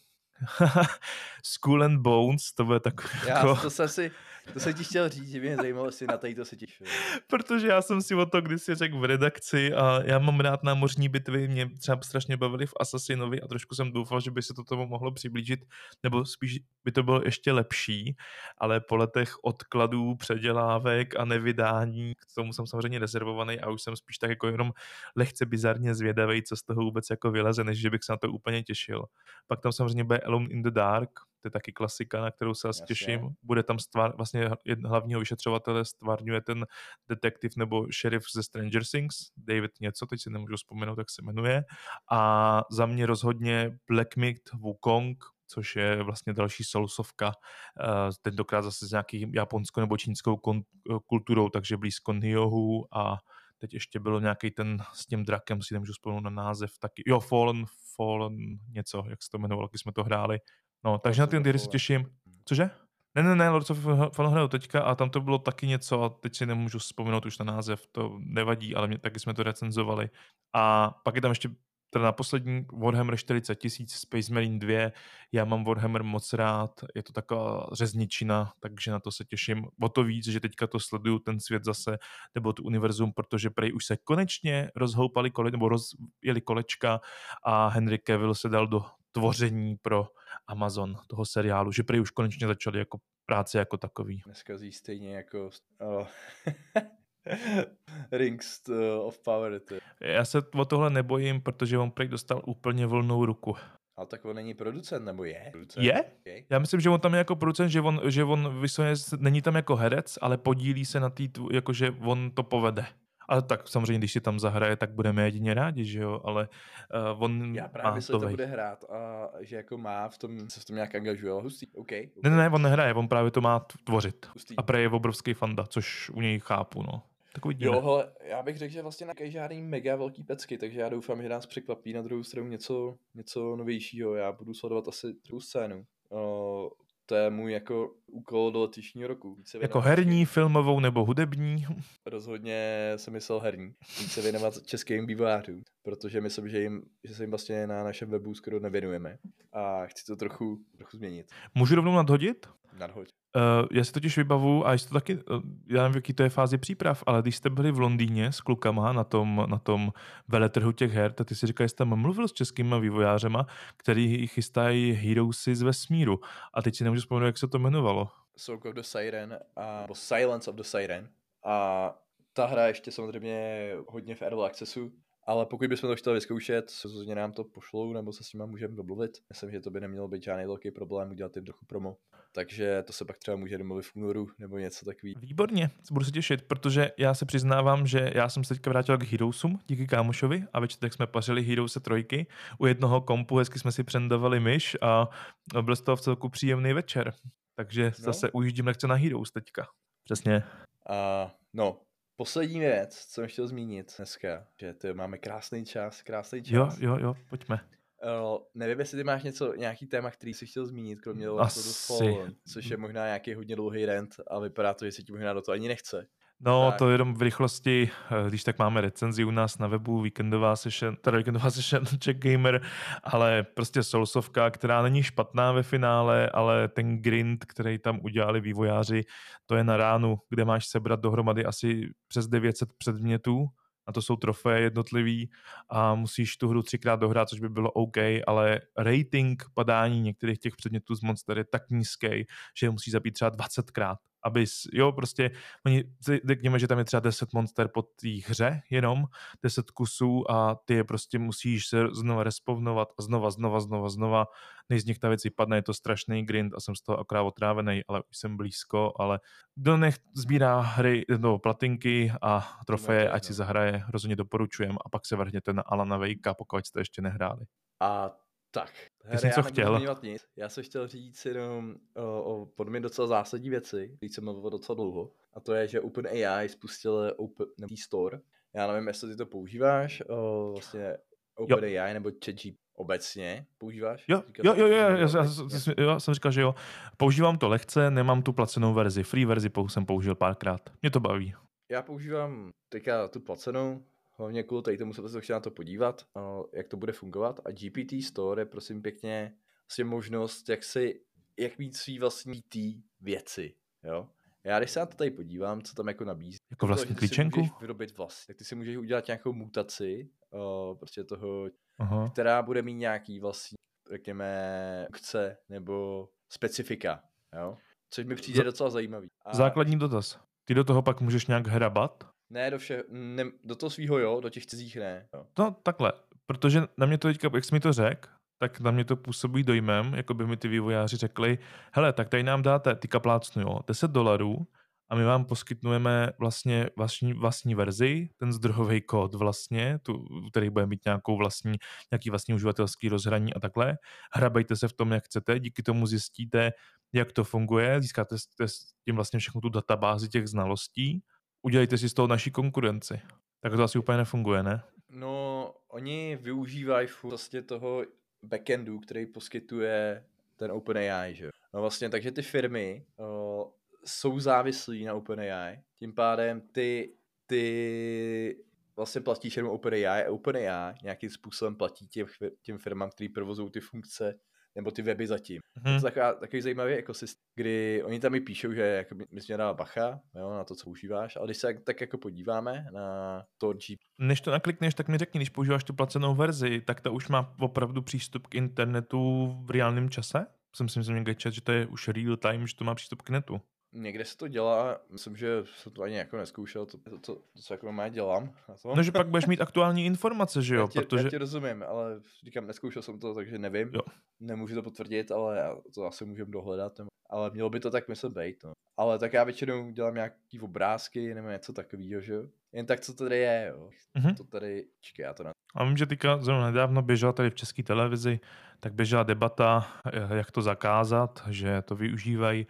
Skull and Bones, to bude takový jako... To jsem ti chtěl říct, že mě zajímalo, jestli na tady to se těšil. Protože já jsem si o to kdysi řekl v redakci a já mám rád námořní bitvy, mě třeba strašně bavily v Assassinovi a trošku jsem doufal, že by se to tomu mohlo přiblížit, nebo spíš by to bylo ještě lepší, ale po letech odkladů, předělávek a nevydání, k tomu jsem samozřejmě rezervovaný a už jsem spíš tak jako jenom lehce bizarně zvědavej, co z toho vůbec jako vyleze, než že bych se na to úplně těšil. Pak tam samozřejmě bude Alone in the Dark, to je taky klasika, na kterou se asi těším. Bude tam vlastně hlavního vyšetřovatele stvárňuje ten detektiv nebo šerif ze Stranger Things, David něco, teď si nemůžu vzpomenout, jak se jmenuje. A za mě rozhodně Black Myth Wukong, což je vlastně další soulsovka, tentokrát zase s nějakým japonskou nebo čínskou kulturou, takže blízko Niohu a teď ještě bylo nějaký ten s tím drakem, si nemůžu vzpomenout na název taky. Jo, Fallen něco, jak se to jmenovalo, když jsme to hráli. No, takže na ty hry se těším. Cože? Ne, Lords of Fallen hraju teďka a tam to bylo taky něco a teď si nemůžu vzpomenout už na název, to nevadí, ale taky jsme to recenzovali. A pak je tam ještě teda na poslední Warhammer 40 000, Space Marine 2, já mám Warhammer moc rád, je to taková řezničina, takže na to se těším. O to víc, že teďka to sleduju ten svět zase, nebo tu univerzum, protože prej už se konečně rozhoupali nebo rozjeli kolečka a Henry Cavill se dal do tvoření pro Amazon toho seriálu, že prej už konečně začali jako práce jako takový. Dneska zjí stejně jako Rings of Power. Já se o tohle nebojím, protože on prej dostal úplně volnou ruku. Ale tak on není producent, nebo je? Producent? Je? Okay. Já myslím, že on tam je jako producent, že on vysloveně není tam jako herec, ale podílí se na jakože on to povede. Ale tak samozřejmě, když si tam zahraje, tak budeme jedině rádi, že jo, ale on já právě myslím, že to bude hrát a že jako se v tom nějak angažuje, ale hustý, okay. Ne, on nehraje, on právě to má tvořit. Hustý. A prej je obrovský fanda, což u něj chápu, no. Tak uvidíme. Jo, hele, já bych řekl, že vlastně nějaký žádný mega velký pecky, takže já doufám, že nás překvapí na druhou stranu něco novějšího. Já budu sledovat asi druhou scénu. To je můj jako úkol do letošního roku. Jako herní, filmovou nebo hudební? Rozhodně jsem myslel herní. Více věnovat českým vývojářům, protože myslím, že se jim vlastně na našem webu skoro nevěnujeme. A chci to trochu změnit. Můžu rovnou nadhodit? Nadhoď. Já si totiž vybavu, a to taky, já nevím, v jaký to je fázi příprav, ale když jste byli v Londýně s klukama na tom veletrhu těch her, tak ty si říkal, že jste tam mluvil s českýma vývojářema, který chystají Heroesy z vesmíru. A teď si nemůžu vzpomenout, jak se to jmenovalo. Soul of the Siren nebo Silence of the Siren. A ta hra ještě samozřejmě hodně v Early Accessu. Ale pokud bychom to chtěli vyzkoušet, rozhodně nám to pošlou, nebo se s nima můžeme domluvit. Myslím, že to by nemělo být žádný velký problém udělat jim trochu promo. Takže to se pak třeba může domluvit v únoru, nebo něco takový. Výborně, budu se těšit, protože já se přiznávám, že já jsem se teďka vrátil k Heroesům díky kámošovi a večer jsme pařili Heroese 3. U jednoho kompu hezky jsme si přendavali myš a byl z toho v celku příjemný večer. Takže zase ujíždím lehce na Heroes teďka. Přesně. Poslední věc, co jsem chtěl zmínit dneska, že máme krásný čas. Jo, pojďme. Nevím, jestli ty máš nějaký téma, který jsi chtěl zmínit, kromě Lords of the Fallen, což je možná nějaký hodně dlouhý rant a vypadá to, že se ti možná do toho ani nechce. No, tak. To jenom v rychlosti, když tak máme recenzi u nás na webu, víkendová session Czech Gamer, ale prostě soulsovka, která není špatná ve finále, ale ten grind, který tam udělali vývojáři, to je na ránu, kde máš sebrat dohromady asi přes 900 předmětů, a to jsou trofeje jednotlivý a musíš tu hru 3krát dohrát, což by bylo OK, ale rating padání některých těch předmětů z monster je tak nízký, že je musí zabít třeba 20krát. Prostě řekněme, že tam je třeba 10 monster po té hře jenom, 10 kusů a ty je prostě musíš se znova respawnovat a znova, než z nich ta věc vypadne, je to strašný grind a jsem z toho akorát otrávený, ale už jsem blízko, ale kdo nech sbírá hry, platinky a trofeje, ať si zahraje, rozhodně doporučujem a pak se vrhněte na Alana Wakea, pokud jste ještě nehráli. A tak. Já jsem chtěl říct jenom o podle mě docela zásadní věci, když jsem mluvil docela dlouho, a to je, že OpenAI spustil Store. Já nevím, jestli ty to používáš, vlastně OpenAI nebo ChatGPT obecně používáš? Jo, já jsem říkal, že jo. Používám to lehce, nemám tu placenou verzi, free verzi jsem použil párkrát. Mě to baví. Já používám teďka tu placenou, hlavně kvůli tady tomu se chtěl na to podívat, jak to bude fungovat. A GPT Store je prosím pěkně vlastně možnost, jak mít svý vlastní věci, jo. Já když se na to tady podívám, co tam jako nabízí. Jako vlastní klíčenku? Ty si můžeš vyrobit tak ty si můžeš udělat nějakou mutaci, prostě toho, Aha. která bude mít nějaký vlastní, řekněme, funkce nebo specifika, jo. Což mi přijde docela zajímavý. Základní dotaz. Ty do toho pak můžeš nějak hrabat? Ne, do toho svýho jo, do těch cizích ne. Jo. No takhle, protože na mě to teďka, jak jsi mi to řekl, tak na mě to působí dojmem, jako by mi ty vývojáři řekli, hele, tak tady nám dáte, ty kaplácnu, jo, $10 a my vám poskytnujeme vlastně vlastní verzi, ten zdrojový kód vlastně, který bude mít nějaký vlastní uživatelský rozhraní a takhle. Hrabejte se v tom, jak chcete, díky tomu zjistíte, jak to funguje, získáte s tím vlastně všechno tu databázi těch znalostí, udělejte si z toho naší konkurenci. Tak to asi úplně nefunguje, ne? No, oni využívají vlastně toho backendu, který poskytuje ten OpenAI, že jo. No vlastně, takže ty firmy jsou závislí na OpenAI, tím pádem ty vlastně platíš jenom OpenAI a OpenAI nějakým způsobem platí těm firmám, který provozují ty funkce nebo ty weby zatím. Je to takový zajímavý ekosystém, kdy oni tam i píšou, že jako my jsme dala bacha, jo, na to, co používáš, ale když se tak jako podíváme na to GPT. Než to naklikneš, tak mi řekni, když používáš tu placenou verzi, tak ta už má opravdu přístup k internetu v reálném čase? Jsem si někde čet, že to je už real time, že to má přístup k netu. Někde se to dělá, myslím, že jsem to ani jako neskoušel, co jako má dělám. No, že pak budeš mít aktuální informace, že jo? Já ti rozumím, ale říkám, neskoušel jsem to, takže nevím. Jo. Nemůžu to potvrdit, ale to asi můžeme dohledat. Ale mělo by to tak myslet být. No. Ale tak já většinou dělám nějaký obrázky nebo něco takového, že jo? Jen tak, co tady je, jo. To tady, čekaj, já to na... A vím, že teďka zrovna nedávno běžela tady v české televizi, tak běžela debata, jak to zakázat, že to využívají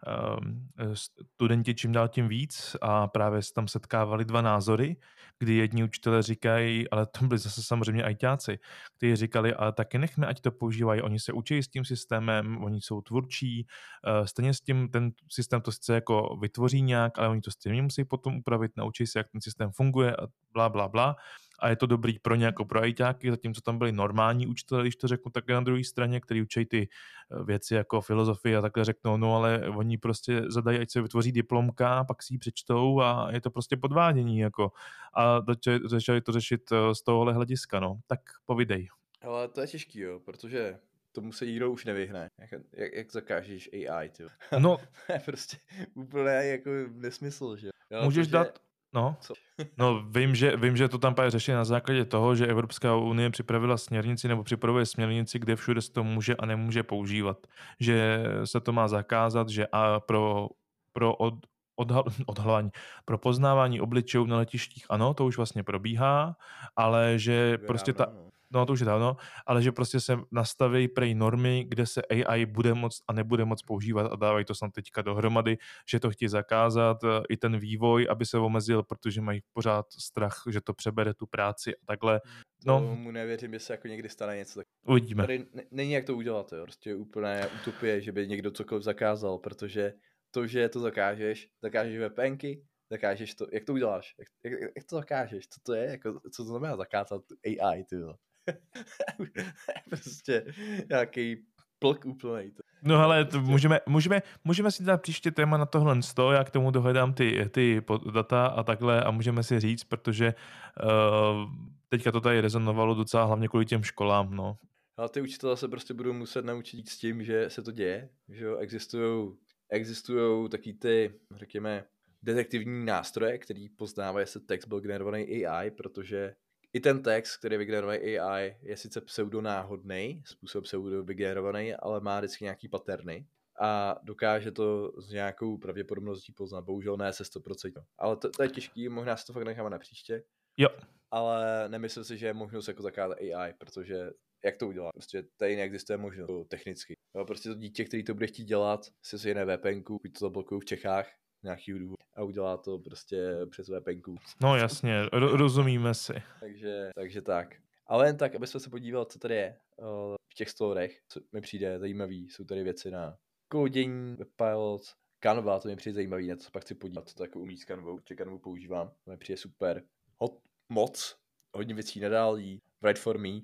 studenti čím dál tím víc a právě se tam setkávali dva názory, kdy jedni učitelé říkají, ale to byli zase samozřejmě ajťáci, kteří říkali, ale taky nechme, ať to používají, oni se učí s tím systémem, oni jsou tvůrčí, stejně s tím ten systém to sice jako vytvoří nějak, ale oni to stejně musí potom upravit, naučí se, jak ten systém funguje a blá, blá, blá. A je to dobrý pro ně jako pro ajťáky, zatímco tam byli normální učitelé, když to řeknu, tak na druhé straně, který učí ty věci jako filozofii a takhle řeknou, no ale oni prostě zadají, ať se vytvoří diplomka, pak si ji přečtou a je to prostě podvádění jako. A začali to řešit z tohohle hlediska, no. Tak povidej. Ale to je těžký, jo, protože tomu se nikdo už nevyhne. Jak zakážeš AI, ty? No. To je prostě úplně jako nesmysl, že jo. Můžeš dát, no. Co? No, vím, že to tam právě řeší na základě toho, že Evropská unie připravila směrnici nebo připravuje směrnici, kde všude se to může a nemůže používat. Že se to má zakázat, že a pro odhalování, pro poznávání obličejů na letištích, ano, to už vlastně probíhá, ale že prostě to už je dávno, ale že prostě se nastaví prej normy, kde se AI bude moct a nebude moc používat a dávají to snad teďka dohromady, že to chtějí zakázat, i ten vývoj, aby se omezil, protože mají pořád strach, že to přebere tu práci a takhle. No. Tomu nevěřím, že se jako někdy stane něco tak. Uvidíme. Tady není jak to udělat, jo. Prostě úplně utopie, že by někdo cokoliv zakázal, protože to, že to zakážeš VPNky, zakážeš to, jak to uděláš? Jak to zakážeš? Co to je? Jako, co to znamená zakázat AI, ty jo? Prostě nějaký plk úplnej. No hele, můžeme si dát příště téma na tohle sto, já k tomu dohledám ty data a takhle a můžeme si říct, protože teďka to tady rezonovalo docela hlavně kvůli těm školám, no. Ale ty učitelé se prostě budou muset naučit s tím, že se to děje, že jo, existují taky ty, řekněme, detektivní nástroje, který poznávají, jestli text byl generovaný AI, protože i ten text, který je vygenerovaný AI, je sice pseudonáhodný, způsob pseudo vygenerovaný, ale má vždycky nějaký paterny a dokáže to s nějakou pravděpodobností poznat. Bohužel ne se 100%. Ale to je těžký, možná se to fakt necháme na příště. Jo. Ale nemyslím si, že je možnost jako zakázat AI, protože jak to udělat? Prostě tady neexistuje možnost technicky. Jo, prostě to dítě, který to bude chtít dělat, si jiné VPNku, pokud to zablokují v Čechách, nějaký důvod a udělá to prostě přes VPNku. No jasně, rozumíme si. Takže tak. Ale jen tak, aby jsme se podívali, co tady je v těch storech, co mi přijde zajímavý. Jsou tady věci na kódění, Webpilot, Canva, to mi přijde zajímavý, na co pak chci podívat, co to jako umí s Canvou, protože Canvu používám, to mi přijde super. Moc, hodně věcí nadálí, Write for me.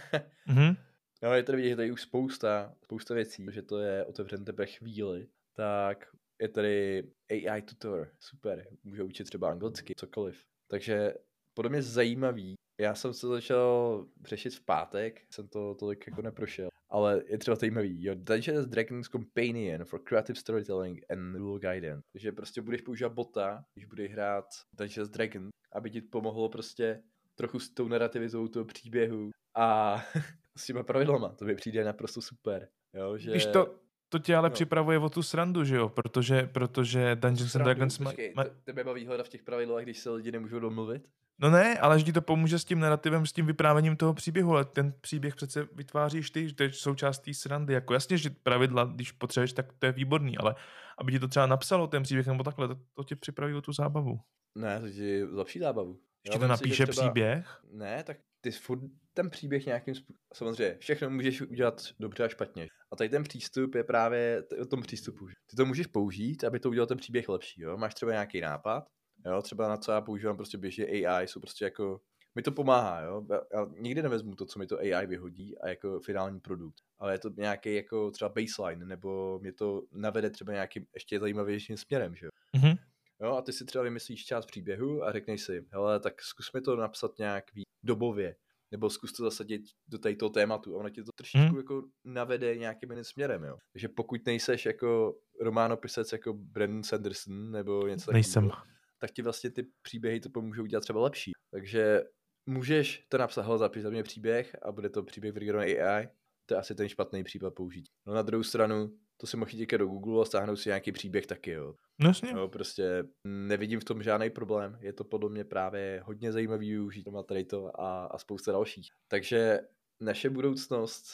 Mhm. No, je tady vidět, že tady už spousta věcí, že to je otevřen teprve chvíli, tak je tady AI tutor, super, může učit třeba anglicky, cokoliv. Takže podle mě zajímavý, já jsem se začal řešit v pátek, jsem to tolik jako neprošel, ale je třeba zajímavý, jo, Dungeons Dragons Companion for Creative Storytelling and Rule Guidance, takže prostě budeš používat bota, když budeš hrát Dungeons Dragons, aby ti pomohlo prostě trochu s tou narrativitou toho příběhu a s těma pravidlama, to mi přijde naprosto super, jo, že... Když to tě ale No. připravuje o tu srandu, že jo, protože Dungeons and Dragons Počkej, tebe baví hledat v těch pravidlech, když se lidi nemůžou domluvit? No ne, ale že ti to pomůže s tím narrativem, s tím vyprávěním toho příběhu, ale ten příběh přece vytváříš ty, že to je součást té srandy. Jako jasně, že pravidla, když potřebuješ, tak to je výborný, ale aby ti to třeba napsalo ten příběh nebo takhle, to tě připraví o tu zábavu. Ne, to ti zlepší zábavu. Když ti to napíše příběh? Ne, tak ty furt ten příběh nějakým způsobem... Samozřejmě, všechno můžeš udělat dobře a špatně. A tady ten přístup je právě o tom přístupu. Ty to můžeš použít, aby to udělal ten příběh lepší. Jo? Máš třeba nějaký nápad, jo? Třeba na co já používám prostě běžně AI, jsou prostě jako... Mi to pomáhá, jo? Já nikdy nevezmu to, co mi to AI vyhodí a jako finální produkt. Ale je to nějaký jako třeba baseline, nebo mě to navede třeba nějakým ještě zajímavějším směrem, že jo? Mhm. Jo, a ty si třeba vymyslíš část příběhu a řekneš si, hele, tak zkus mi to napsat nějak dobově, nebo zkus to zasadit do toho tématu a ono ti to trošičku jako navede nějakým jiným směrem, jo. Takže pokud nejseš jako románopisec jako Brandon Sanderson nebo něco takového, Nejsem. tak ti vlastně ty příběhy to pomůžou udělat třeba lepší. Takže můžeš to napsat, hele, zapiš za mě příběh a bude to příběh vygenerovaný AI, to je asi ten špatný případ použít. No na druhou stranu, to si mohl jít do Google a stáhnout si nějaký příběh taky, jo. Jasně. No, prostě nevidím v tom žádný problém. Je to podle mě právě hodně zajímavý využít tady to a spousta dalších. Takže naše budoucnost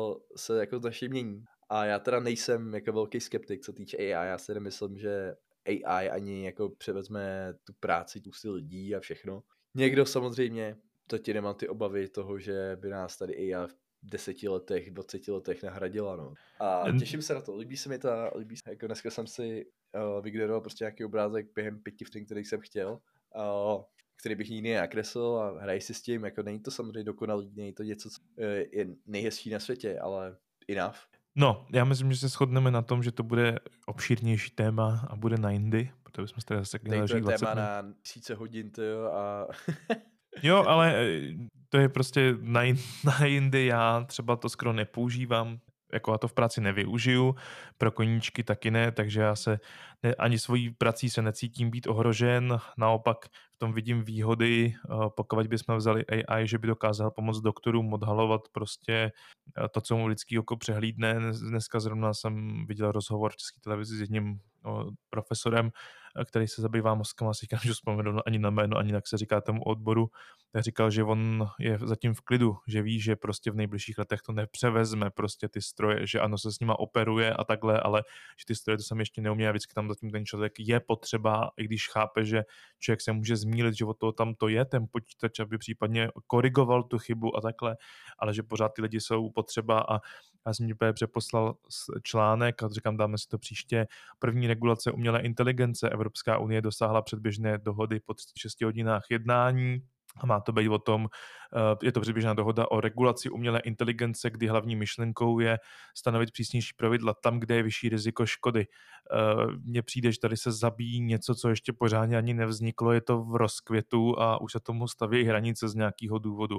se jako značně mění. A já teda nejsem jako velký skeptik, co týče AI. Já si nemyslím, že AI ani jako převezme tu práci tu lidí a všechno. Někdo samozřejmě, to ti nemá ty obavy toho, že by nás tady AI v 10 letech, 20 letech nahradila, no. A těším se na to, líbí se mi jako dneska jsem si vygeneroval prostě nějaký obrázek během 5 vteřin, který jsem chtěl, který bych nikdy nakreslil a hraji si s tím, jako není to samozřejmě dokonalý, není to něco, co je nejhezčí na světě, ale enough. No, já myslím, že se shodneme na tom, že to bude obšírnější téma a bude na jindy, protože bychom se tady zase měli to je téma na 1000 hodin, tyjo, a... Jo, ale to je prostě na jindy, já třeba to skoro nepoužívám, jako já to v práci nevyužiju, pro koníčky taky ne, takže já se ani svojí prací se necítím být ohrožen, naopak v tom vidím výhody, pokud bychom vzali AI, že by dokázal pomoct doktorům odhalovat prostě to, co mu lidský oko přehlídne. Dneska zrovna jsem viděl rozhovor v České televizi s jedním profesorem, který se zabývá mozkem, asi nemůžu vzpomenout ani na jméno, ani jak se říká tomu odboru, tak říkal, že on je zatím v klidu, že ví, že prostě v nejbližších letech to nepřevezme prostě ty stroje, že ano, se s nima operuje a takhle, ale že ty stroje to sami ještě neumí a vždycky tam zatím ten člověk je potřeba, i když chápe, že člověk se může zmýlit, že od toho tam to je ten počítač, aby případně korigoval tu chybu a takhle, ale že pořád ty lidi jsou potřeba a já jsem ti přeposlal článek a říkám, dáme si to příště. První regulace umělé inteligence. Evropská unie dosáhla předběžné dohody po 6 hodinách jednání. A má to být o tom, je to předběžná dohoda o regulaci umělé inteligence, kdy hlavní myšlenkou je stanovit přísnější pravidla tam, kde je vyšší riziko škody. Mně přijde, že tady se zabíjí něco, co ještě pořádně ani nevzniklo, je to v rozkvětu a už se tomu staví hranice z nějakého důvodu.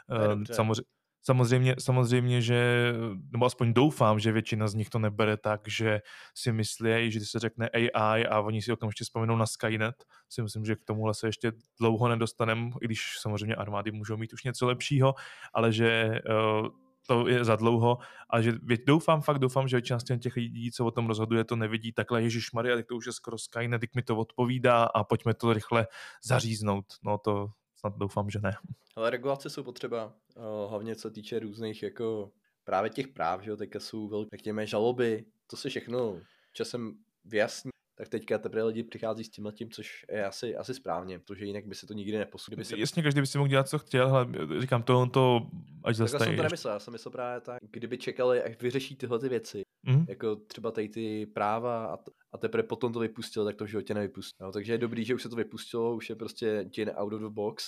Samozřejmě, že, nebo aspoň doufám, že většina z nich to nebere tak, že si myslí, že když se řekne AI a oni si okamžitě vzpomenou na Skynet, si myslím, že k tomuhle se ještě dlouho nedostaneme, i když samozřejmě armády můžou mít už něco lepšího, ale že to je za dlouho, ale že doufám, že většina z těch lidí, co o tom rozhoduje, to nevidí takhle, ježišmarja, tak to už je skoro Skynet, tak mi to odpovídá a pojďme to rychle zaříznout. No to snad doufám, že ne. Ale regulace jsou potřeba, hlavně co týče různých jako právě těch práv, že jo, teďka jsou velké žaloby, to se všechno časem vyjasní, tak teďka teprve lidi přichází s tímhletím, což je asi správně, protože jinak by se to nikdy neposunul. Jasně, každý by si mohl dělat, co chtěl, ale říkám, to až zase tak jsem to nemyslel, já jsem myslel právě tak, kdyby čekali, až vyřeší tyhle ty věci, jako třeba tady ty práva a teprve potom to vypustilo, tak to v životě nevypustilo. No, takže je dobrý, že už se to vypustilo, už je prostě out of the box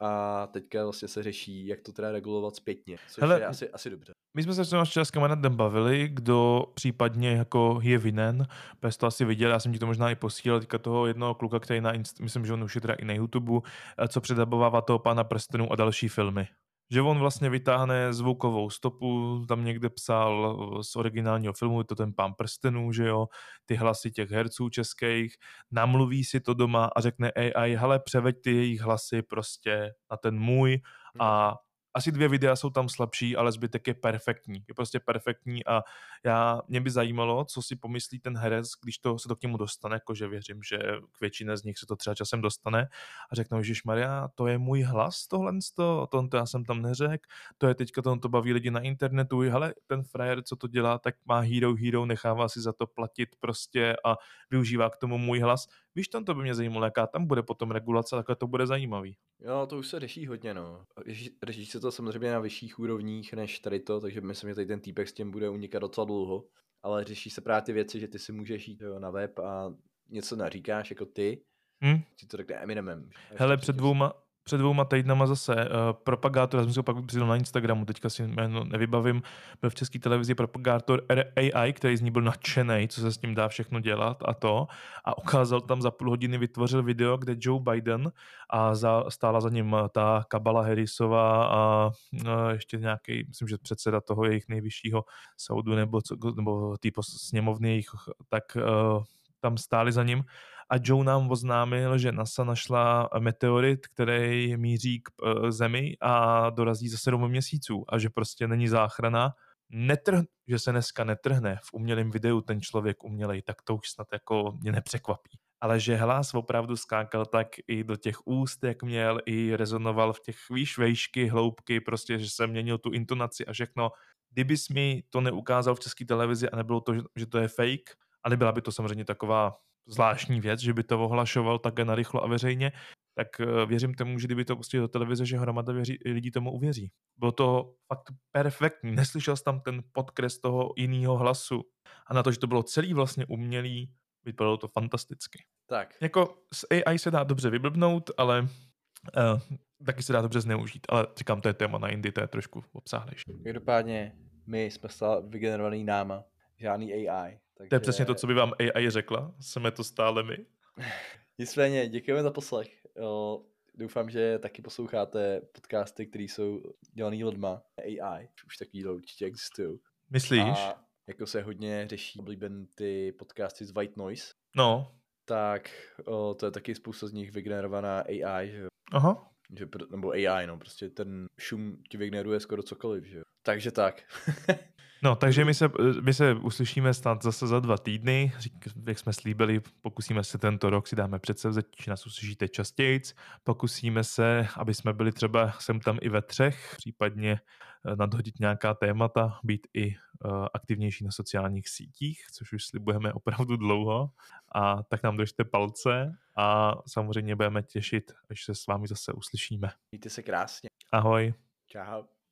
a teďka vlastně se řeší, jak to teda regulovat zpětně, což Hele, je asi dobře. My jsme se včera s kamarádem bavili, kdo případně jako je vinen, bez to asi viděl, já jsem ti to možná i posílal, teďka toho jednoho kluka, který myslím, že on už je teda i na YouTube, co předabovává toho Pána prstenů a další filmy. Že on vlastně vytáhne zvukovou stopu, tam někde psal z originálního filmu, je to ten Pán prstenů, že jo, ty hlasy těch herců českých, namluví si to doma a řekne AI, hele, převeď ty jejich hlasy prostě na ten můj a asi 2 videa jsou tam slabší, ale zbytek je perfektní. Je prostě perfektní a mě by zajímalo, co si pomyslí ten herec, když se to k němu dostane, jakože věřím, že k většině z nich se to třeba časem dostane a řeknou, Ježišmarja, to je můj hlas, tohle já jsem tam neřekl, to je teďka to baví lidi na internetu, hele, ten frajer, co to dělá, tak má hero, nechává si za to platit prostě a využívá k tomu můj hlas. Víš, to by mě zajímalo, jaká tam bude potom regulace, takhle to bude zajímavý. Jo, to už se řeší hodně, no. Řeší se to samozřejmě na vyšších úrovních než tady to, takže myslím, že tady ten týpek s tím bude unikat docela dlouho. Ale řeší se právě ty věci, že ty si můžeš jít na web a něco naříkáš jako ty. Ti to řekne Eminemem. Hele, před 2 týdnama zase propagátor, já jsem si ho pak přidal na Instagramu, teďka si jméno nevybavím, byl v české televizi propagátor AI, který z ní byl nadšenej, co se s tím dá všechno dělat a ukázal tam za půl hodiny, vytvořil video, kde Joe Biden a stála za ním ta Kamala Harrisová a ještě nějaký, myslím, že předseda toho jejich nejvyššího soudu nebo té sněmovny jejich, tak tam stáli za ním. A Joe nám oznámil, že NASA našla meteorit, který míří k Zemi a dorazí za 7 měsíců a že prostě není záchrana. Že se dneska netrhne v umělém videu ten člověk umělej, tak to už snad jako mě nepřekvapí. Ale že hlas opravdu skákal tak i do těch úst, jak měl, i rezonoval v těch výšky, hloubky, prostě, že se měnil tu intonaci a všechno. Kdybys mi to neukázal v české televizi a nebylo to, že to je fake, a nebyla by to samozřejmě taková zvláštní věc, že by to ohlašoval také narychlo a veřejně, tak věřím tomu, že kdyby to pustil do televize, že hromada lidí tomu uvěří. Bylo to fakt perfektní. Neslyšel jsi tam ten podkres toho jiného hlasu. A na to, že to bylo celý vlastně umělý, vypadalo to fantasticky. Tak. Jako s AI se dá dobře vyblbnout, ale taky se dá dobře zneužít. Ale říkám, to je téma na jindy, to je trošku obsáhlejší. Každopádně my jsme stále vygenerovaný náma, žádný AI. Takže... To je přesně to, co by vám AI řekla. Jsme to stále my. Nicméně, děkujeme za poslech. Doufám, že taky posloucháte podcasty, které jsou dělaný lidma. AI, už takový určitě existují. Myslíš? A jako se hodně řeší oblíben ty podcasty z White Noise. No. Tak to je taky spousta z nich vygenerovaná AI, že jo. Aha. Nebo AI, no, prostě ten šum ti vygeneruje skoro cokoliv, že jo. Takže tak. No, takže my se uslyšíme snad zase za 2 týdny. Jak jsme slíbili, pokusíme se tento rok, si dáme předsevzetí, že nás uslyšíte častějc. Pokusíme se, aby jsme byli třeba sem tam i ve 3, případně nadhodit nějaká témata, být i aktivnější na sociálních sítích, což už slibujeme opravdu dlouho. A tak nám držte palce a samozřejmě budeme těšit, až se s vámi zase uslyšíme. Mějte se krásně. Ahoj. Čau.